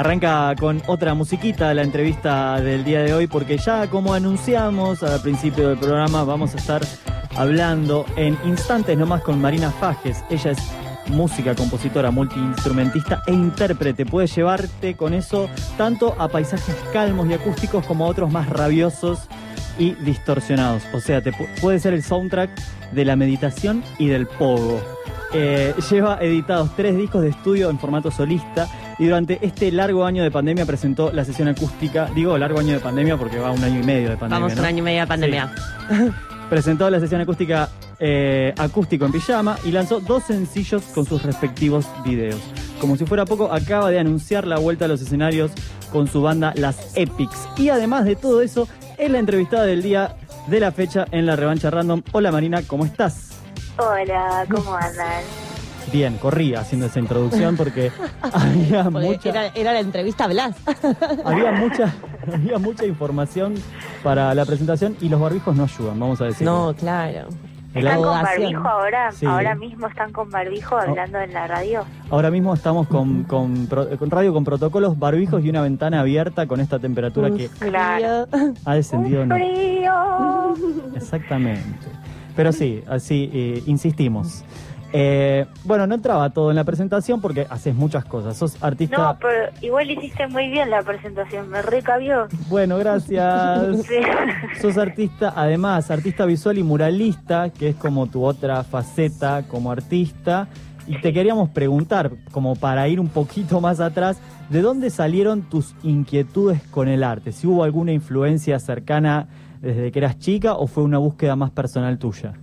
Arranca con otra musiquita la entrevista del día de hoy, porque ya como anunciamos al principio del programa, vamos a estar hablando en instantes nomás con Marina Fajes. Ella es música, compositora, multiinstrumentista e intérprete. Puede llevarte con eso tanto a paisajes calmos y acústicos como a otros más rabiosos y distorsionados. O sea, puede ser el soundtrack de la meditación y del pogo. Lleva editados 3 discos de estudio en formato solista y durante este largo año de pandemia presentó la sesión acústica. Digo largo año de pandemia porque va 1 año y medio de pandemia. Vamos, ¿no? 1 año y medio de pandemia. Sí. Presentó la sesión acústica Acústico en Pijama y lanzó 2 sencillos con sus respectivos videos. Como si fuera poco, acaba de anunciar la vuelta a los escenarios con su banda Las Epics. Y además de todo eso, es la entrevistada del día de la fecha en la Revancha Random. Hola Marina, ¿cómo estás? Hola, ¿cómo andan? Bien, corrí haciendo esa introducción porque había mucha... Era la entrevista Blas. Había mucha información para la presentación y los barbijos no ayudan, vamos a decir. No, claro. ¿Están con barbijo ahora? Sí. ¿Ahora mismo están con barbijo hablando en la radio? Ahora mismo estamos con radio con protocolos, barbijos y una ventana abierta con esta temperatura que Claro. ha descendido. ¡Un frío! Exactamente. Pero sí, así insistimos. Bueno, no entraba todo en la presentación porque haces muchas cosas. Sos artista... No, pero igual hiciste muy bien la presentación, me recabió. Bueno, gracias. Sí. Sos artista, además, artista visual y muralista, que es como tu otra faceta como artista. Y te queríamos preguntar, como para ir un poquito más atrás, ¿de dónde salieron tus inquietudes con el arte? ¿Si hubo alguna influencia cercana desde que eras chica o fue una búsqueda más personal tuya?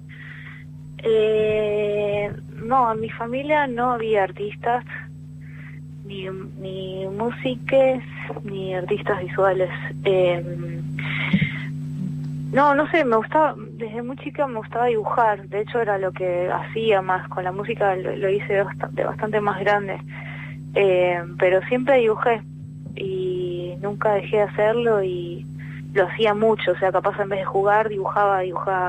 No, en mi familia no había artistas, ni músicos, ni artistas visuales. No sé, me gustaba, desde muy chica me gustaba dibujar. De hecho era lo que hacía más, con la música lo hice de bastante más grande. Pero siempre dibujé y nunca dejé de hacerlo y lo hacía mucho. O sea, capaz en vez de jugar, dibujaba.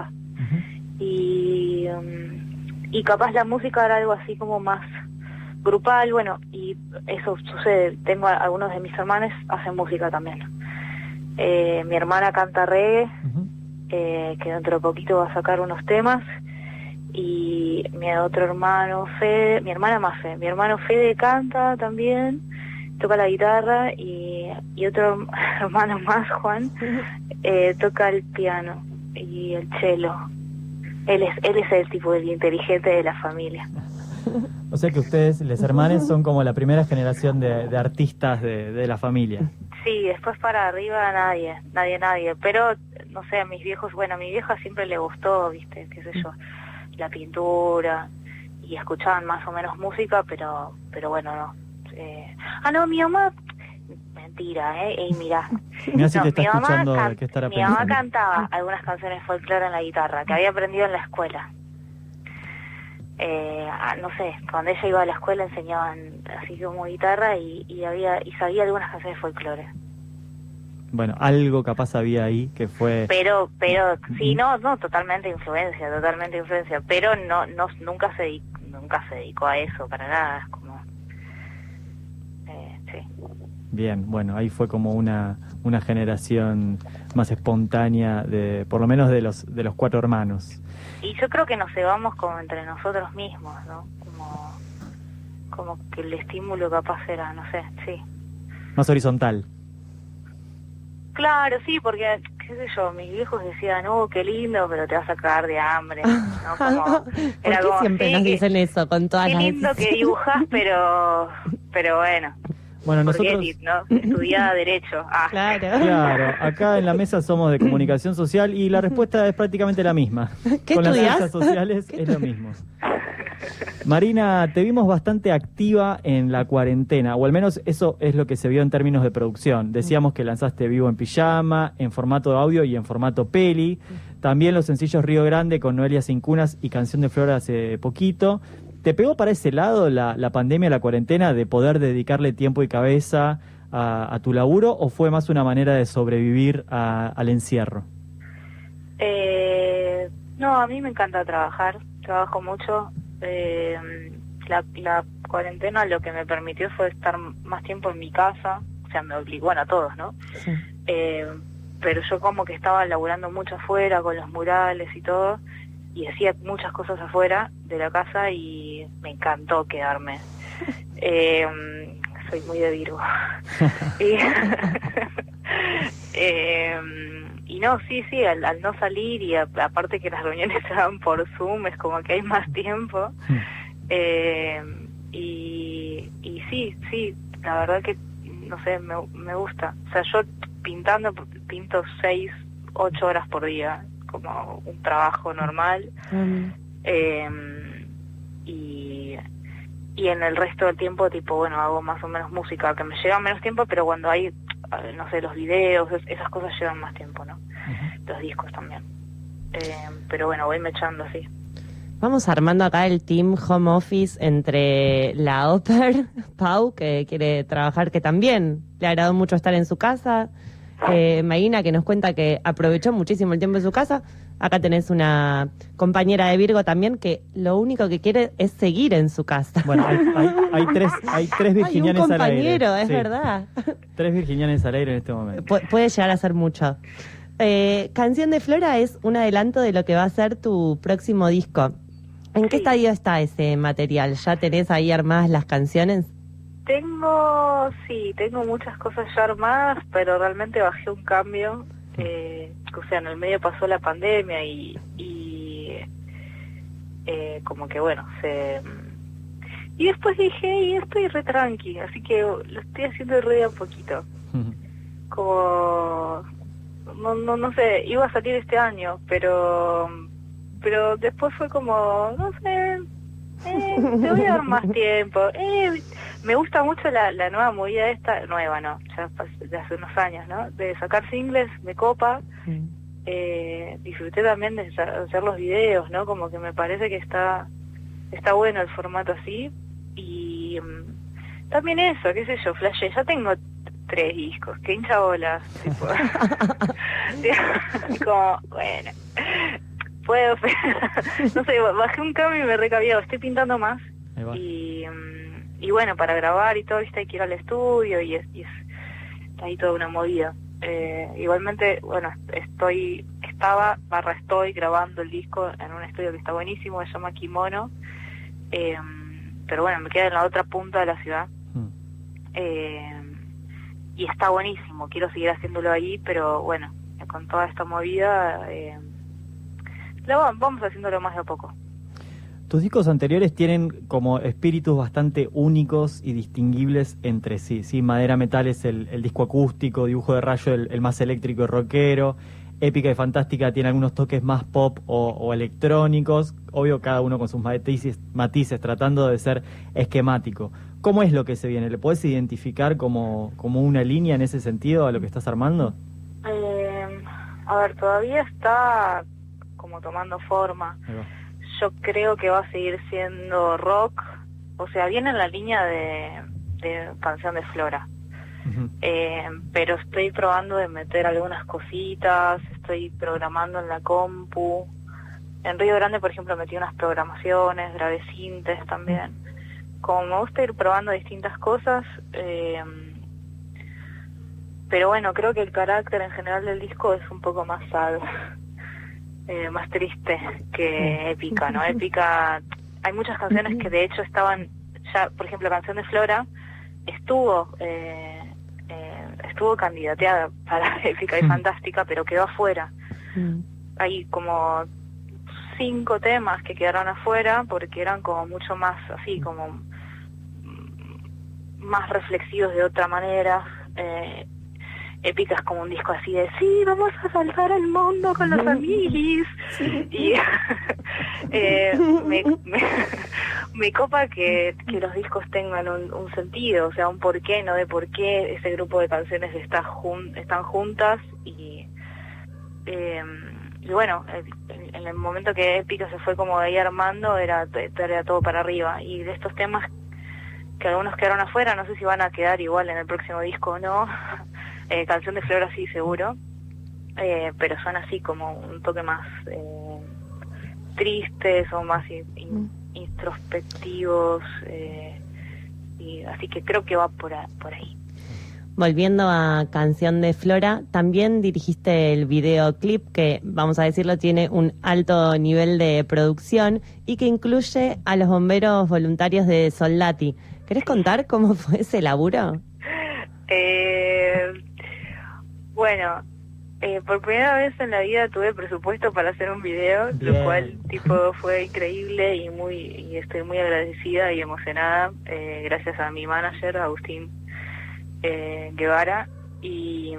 Y capaz la música era algo así como más grupal, bueno, y eso sucede. Tengo algunos de mis hermanos hacen música también. Mi hermana canta reggae, que dentro de poquito va a sacar unos temas, y mi otro hermano Fede, mi hermano Fede canta también, toca la guitarra, y otro hermano más, Juan, toca el piano y el cello. Él es el tipo del inteligente de la familia. O sea que ustedes, los hermanos, son como la primera generación de artistas de la familia. Sí, después para arriba nadie. Pero, no sé, a mis viejos, bueno, a mi vieja siempre le gustó, viste, qué sé yo, la pintura, y escuchaban más o menos música, pero bueno, no. No, mi mamá... Mentira, mirá. Mirá si te está escuchando que estará mi pensando. mamá cantaba algunas canciones folclore en la guitarra, que había aprendido en la escuela. No sé, cuando ella iba a la escuela enseñaban así como guitarra y sabía algunas canciones folclore. Bueno, algo capaz había ahí que fue... Pero sí, no, totalmente influencia, pero nunca se dedicó a eso para nada, es como... sí. Bien, bueno, ahí fue como una generación más espontánea, por lo menos de los 4 hermanos. Y yo creo que nos cebamos como entre nosotros mismos, ¿no? Como que el estímulo capaz era, no sé, sí. Más horizontal. Claro, sí, porque, qué sé yo, mis viejos decían, qué lindo, pero te vas a cagar de hambre, ¿no? ¿Por qué siempre nos dicen eso con todas las... Qué lindo que dibujás, pero bueno... Bueno, nosotros... ¿no? Estudiaba Derecho. Claro, acá en la mesa somos de comunicación social y la respuesta es prácticamente la misma. ¿Qué con estudiás? Las ciencias sociales es lo mismo. Marina, te vimos bastante activa en la cuarentena, o al menos eso es lo que se vio en términos de producción. Decíamos que lanzaste Vivo en Pijama, en formato de audio y en formato peli. También los sencillos Río Grande con Noelia Cincunas y Canción de Flor hace poquito. ¿Te pegó para ese lado la pandemia, la cuarentena, de poder dedicarle tiempo y cabeza a tu laburo, o fue más una manera de sobrevivir al encierro? No, a mí me encanta trabajar, trabajo mucho. La cuarentena lo que me permitió fue estar más tiempo en mi casa, o sea, me obligó, bueno, a todos, ¿no? Sí. Pero yo como que estaba laburando mucho afuera con los murales y todo, y hacía muchas cosas afuera de la casa y me encantó quedarme. Soy muy de Virgo. Y no, sí, al no salir y aparte que las reuniones se dan por Zoom, es como que hay más tiempo. Y sí, la verdad que, no sé, me gusta. O sea, yo pinto 6, 8 horas por día, como un trabajo normal. Y en el resto del tiempo, tipo, bueno, hago más o menos música, que me lleva menos tiempo, pero cuando hay, no sé, los videos, esas cosas llevan más tiempo, ¿no? Los discos también. Pero bueno, voy mechando así. Vamos armando acá el team home office entre la Oper, Pau, que quiere trabajar, que también le agradó mucho estar en su casa, Marina, que nos cuenta que aprovechó muchísimo el tiempo en su casa. Acá tenés una compañera de Virgo también que lo único que quiere es seguir en su casa. Bueno, hay tres virginianes al aire. Hay un compañero, es verdad. 3 virginianes al aire en este momento. Puede llegar a ser mucho. Canción de Flora es un adelanto de lo que va a ser tu próximo disco. ¿En qué estadio está ese material? ¿Ya tenés ahí armadas las canciones? Tengo muchas cosas ya armadas, pero realmente bajé un cambio. O sea, en el medio pasó la pandemia y como que bueno, y después dije, y estoy re tranqui, así que lo estoy haciendo re de a poquito. Como, no sé, iba a salir este año, pero después fue como, no sé, te voy a dar más tiempo. Me gusta mucho la nueva movida esta, nueva no, ya de hace unos años, ¿no? De sacar singles, me copa. Disfruté también de hacer los videos, ¿no? Como que me parece que está bueno el formato así. Y también eso, qué sé yo, flashé, ya tengo 3 discos, que hincha bolas, tipo. Como, bueno, puedo, no sé, bajé un cambio y me recabió, estoy pintando más. Y bueno, para grabar y todo, viste, hay que ir al estudio y está ahí toda una movida. Igualmente, bueno, estoy grabando el disco en un estudio que está buenísimo, se llama Kimono, pero bueno, me queda en la otra punta de la ciudad. Y está buenísimo, quiero seguir haciéndolo ahí, pero bueno, con toda esta movida, vamos haciéndolo más de a poco. Tus discos anteriores tienen como espíritus bastante únicos y distinguibles entre sí. ¿Sí? Madera Metal es el disco acústico, Dibujo de Rayo el más eléctrico y rockero. Épica y Fantástica tiene algunos toques más pop o electrónicos. Obvio, cada uno con sus matices, tratando de ser esquemático. ¿Cómo es lo que se viene? ¿Le podés identificar como una línea en ese sentido a lo que estás armando? A ver, todavía está como tomando forma. Yo creo que va a seguir siendo rock, o sea, viene en la línea de Canción de Flora. Pero estoy probando de meter algunas cositas, estoy programando en la compu. En Río Grande, por ejemplo, metí unas programaciones, grabé sintes también. Como me gusta ir probando distintas cosas, pero bueno, creo que el carácter en general del disco es un poco más sad. Más triste que épica, ¿no? Épica, hay muchas canciones que de hecho estaban ya, por ejemplo, Canción de Flora estuvo candidateada para Épica y Fantástica, pero quedó afuera. Hay como 5 temas que quedaron afuera porque eran como mucho más así, como más reflexivos de otra manera. Épica es como un disco así de sí, vamos a salvar al mundo con los amiguis. Y me copa que los discos tengan un sentido, o sea, un porqué, no de por qué ese grupo de canciones están juntas. Y bueno, en el momento que Épica se fue como de ahí armando, era todo para arriba. Y de estos temas que algunos quedaron afuera, no sé si van a quedar igual en el próximo disco o no. Canción de Flora sí, seguro, pero son así como un toque más tristes o más introspectivos, y así que creo que va por ahí. Volviendo a Canción de Flora, también dirigiste el videoclip que, vamos a decirlo, tiene un alto nivel de producción y que incluye a los bomberos voluntarios de Soldati. ¿Querés contar cómo fue ese laburo? Bueno, por primera vez en la vida tuve presupuesto para hacer un video, Bien. lo cual fue increíble y estoy muy agradecida y emocionada, gracias a mi manager, Agustín Guevara, y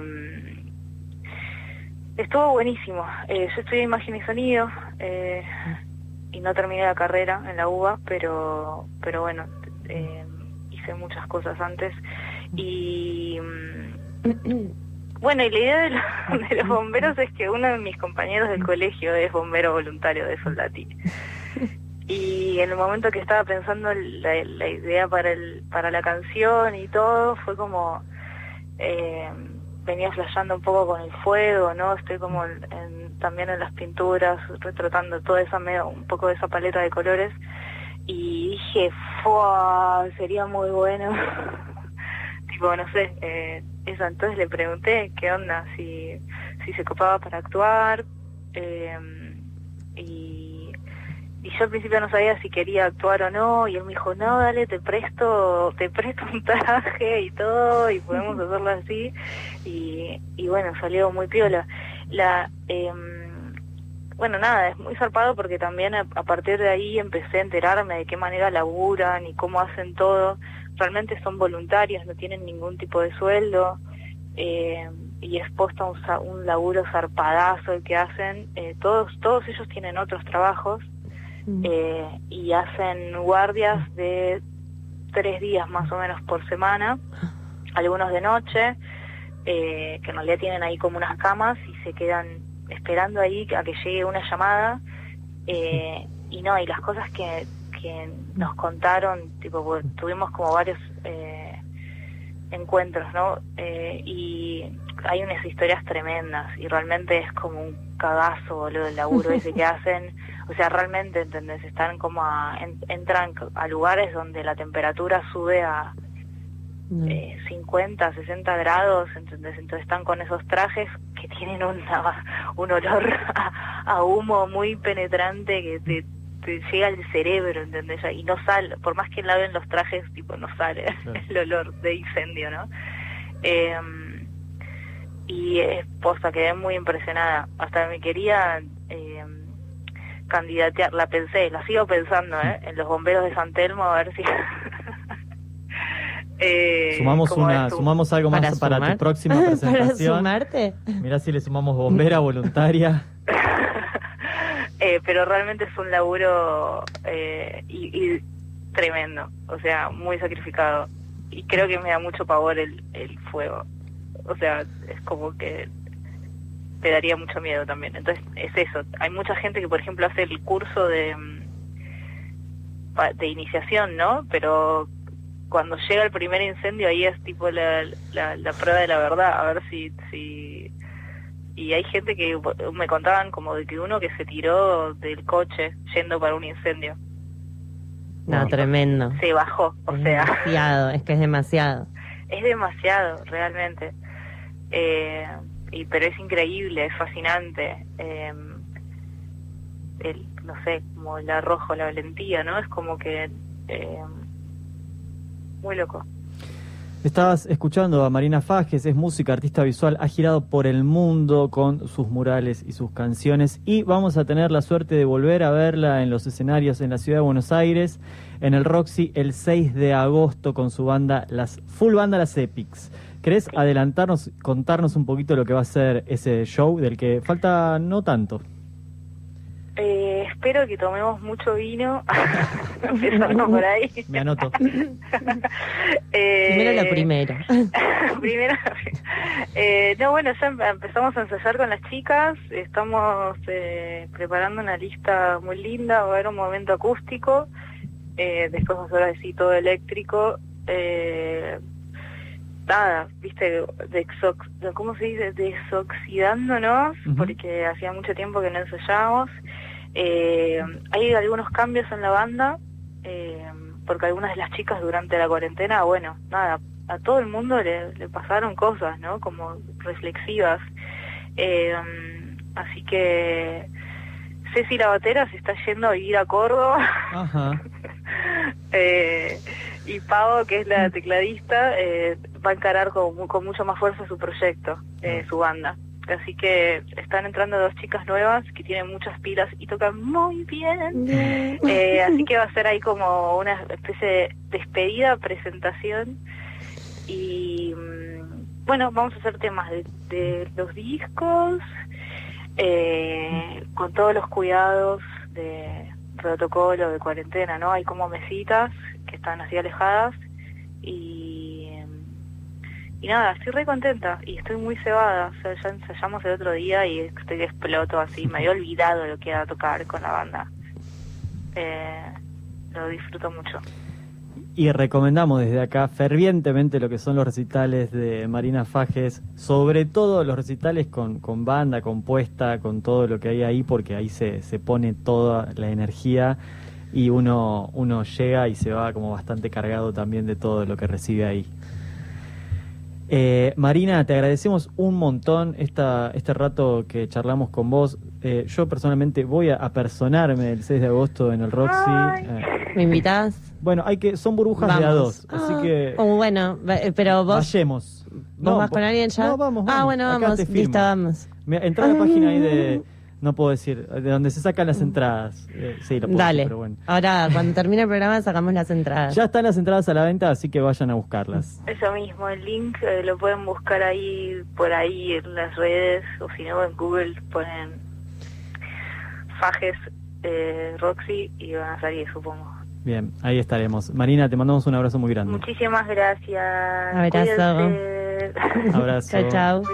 estuvo buenísimo. Yo estudié imagen y sonido y no terminé la carrera en la UBA, pero bueno, hice muchas cosas antes y bueno, y la idea de los bomberos es que uno de mis compañeros del colegio es bombero voluntario de Soldati. Y en el momento que estaba pensando la idea para la canción y todo, fue como venía flasheando un poco con el fuego, ¿no? Estoy como también en las pinturas, retratando toda esa un poco de esa paleta de colores, y dije, ¡fua! Sería muy bueno. Tipo, no sé, eso. Entonces le pregunté qué onda, si se copaba para actuar, y yo al principio no sabía si quería actuar o no, y él me dijo, no, dale, te presto un traje y todo, y podemos hacerlo así, y bueno, salió muy piola. Bueno, nada, es muy zarpado porque también a partir de ahí empecé a enterarme de qué manera laburan y cómo hacen todo. Realmente son voluntarios, no tienen ningún tipo de sueldo, y es posta un laburo zarpadazo el que hacen. Todos ellos tienen otros trabajos, y hacen guardias de 3 días más o menos por semana, algunos de noche, que en realidad tienen ahí como unas camas y se quedan esperando ahí a que llegue una llamada, y las cosas que nos contaron, tipo, porque tuvimos como varios encuentros, ¿no? Y hay unas historias tremendas y realmente es como un cagazo, boludo, el laburo ese que hacen. O sea, realmente, ¿entendés? Están como entran a lugares donde la temperatura sube a 50, 60 grados, ¿entendés? Entonces están con esos trajes que tienen un olor a humo muy penetrante que te llega al cerebro, ¿entendés? Y no sale, por más que laven los trajes, tipo, no sale el olor de incendio, ¿no? Y posta, quedé muy impresionada. Hasta me quería candidatear, la sigo pensando, en los bomberos de San Telmo, a ver si... sumamos algo más para tu próxima presentación. ¿Para sumarte? Mirá si le sumamos bombera voluntaria. Pero realmente es un laburo y tremendo, o sea, muy sacrificado, y creo que me da mucho pavor el fuego, o sea, es como que te daría mucho miedo también. Entonces es eso, hay mucha gente que por ejemplo hace el curso de iniciación, ¿no? Pero cuando llega el primer incendio ahí es tipo la prueba de la verdad, a ver si y hay gente que me contaban como de que uno que se tiró del coche yendo para un incendio. No, tremendo. Se bajó, o sea. Demasiado, es que es demasiado. Es demasiado, realmente. Pero es increíble, es fascinante. No sé, como el arrojo, la valentía, ¿no? Es como que... muy loco. Estabas escuchando a Marina Fajes, es música, artista visual, ha girado por el mundo con sus murales y sus canciones, y vamos a tener la suerte de volver a verla en los escenarios en la ciudad de Buenos Aires, en el Roxy, el 6 de agosto con su banda, full banda Las Epics. ¿Querés adelantarnos, contarnos un poquito lo que va a ser ese show, del que falta no tanto? Espero que tomemos mucho vino. Empezando por ahí. Me anoto. Primero lo primero. Primero. No, bueno, ya empezamos a ensayar con las chicas. Estamos preparando una lista muy linda. Va a haber un momento acústico. Después va a ser así todo eléctrico. Nada, viste, ¿cómo se dice? Desoxidándonos, porque hacía mucho tiempo que no ensayábamos. Hay algunos cambios en la banda, porque algunas de las chicas durante la cuarentena, bueno, nada, a todo el mundo le pasaron cosas, ¿no? Como reflexivas. Así que Ceci la batera se está yendo a vivir a Córdoba. Ajá. Y Pavo, que es la tecladista, va a encarar con mucho más fuerza su proyecto, su banda. Así que están entrando 2 chicas nuevas que tienen muchas pilas y tocan muy bien. Así que va a ser ahí como una especie de despedida, presentación. Y bueno, vamos a hacer temas de los discos, con todos los cuidados de protocolo de cuarentena, ¿no? Hay como mesitas que están así alejadas y nada, estoy re contenta y estoy muy cebada. O sea, ya ensayamos el otro día y estoy que exploto así, me había olvidado lo que era tocar con la banda. Lo disfruto mucho. Y recomendamos desde acá fervientemente lo que son los recitales de Marina Fajes, sobre todo los recitales con banda compuesta, con todo lo que hay ahí, porque ahí se pone toda la energía y uno llega y se va como bastante cargado también de todo lo que recibe ahí. Marina, te agradecemos un montón este rato que charlamos con vos. Yo personalmente voy a personarme el 6 de agosto en el Roxy. ¿Me invitás? Bueno, son burbujas Vamos. de a 2, así que Bueno, pero vos... vayamos. ¿Vos vas con alguien ya? No, vamos. Bueno, Acá vamos. te firmo. Listo, vamos. Entrá a la página ahí de... No puedo decir, de donde se sacan las entradas. Sí, lo puedo Dale. decir, pero bueno. Ahora, cuando termine el programa, sacamos las entradas. Ya están las entradas a la venta, así que vayan a buscarlas. Eso mismo, el link lo pueden buscar ahí, por ahí en las redes, o si no en Google ponen Fajes Roxy y van a salir, supongo. Bien, ahí estaremos. Marina, te mandamos un abrazo muy grande. Muchísimas gracias. Abrazo. Cuídense. Abrazo. Chao, chao.